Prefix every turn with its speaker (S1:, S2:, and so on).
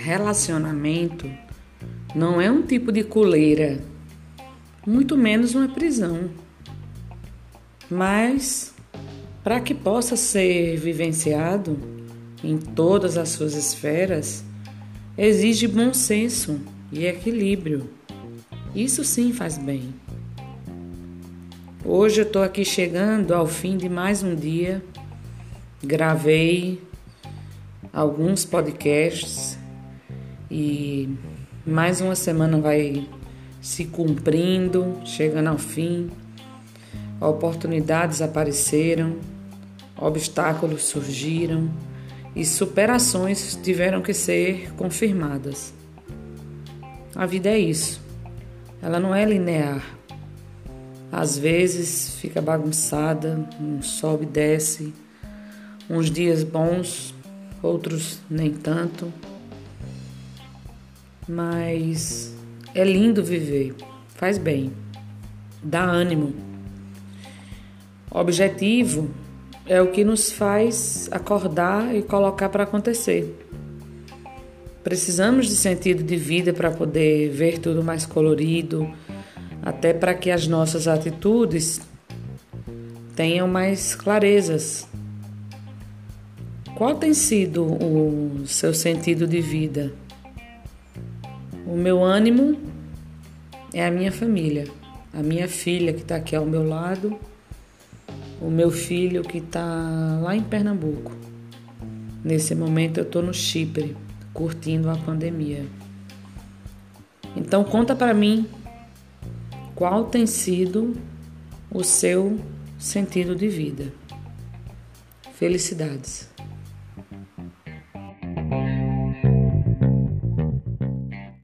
S1: Relacionamento não é um tipo de coleira, muito menos uma prisão. Mas, para que possa ser vivenciado em todas as suas esferas, exige bom senso e equilíbrio. Isso sim faz bem. Hoje eu estou aqui chegando ao fim de mais um dia. Gravei alguns podcasts e mais uma semana vai se cumprindo, chegando ao fim. Oportunidades apareceram, obstáculos surgiram e superações tiveram que ser confirmadas. A vida é isso, ela não é linear. Às vezes fica bagunçada, sobe e desce, uns dias bons, outros nem tanto. Mas é lindo viver, faz bem, dá ânimo. O objetivo é o que nos faz acordar e colocar para acontecer. Precisamos de sentido de vida para poder ver tudo mais colorido, até para que as nossas atitudes tenham mais clarezas. Qual tem sido o seu sentido de vida? O meu ânimo é a minha família, a minha filha que está aqui ao meu lado, o meu filho que está lá em Pernambuco. Nesse momento eu estou no Chipre, curtindo a pandemia. Então conta para mim qual tem sido o seu sentido de vida. Felicidades.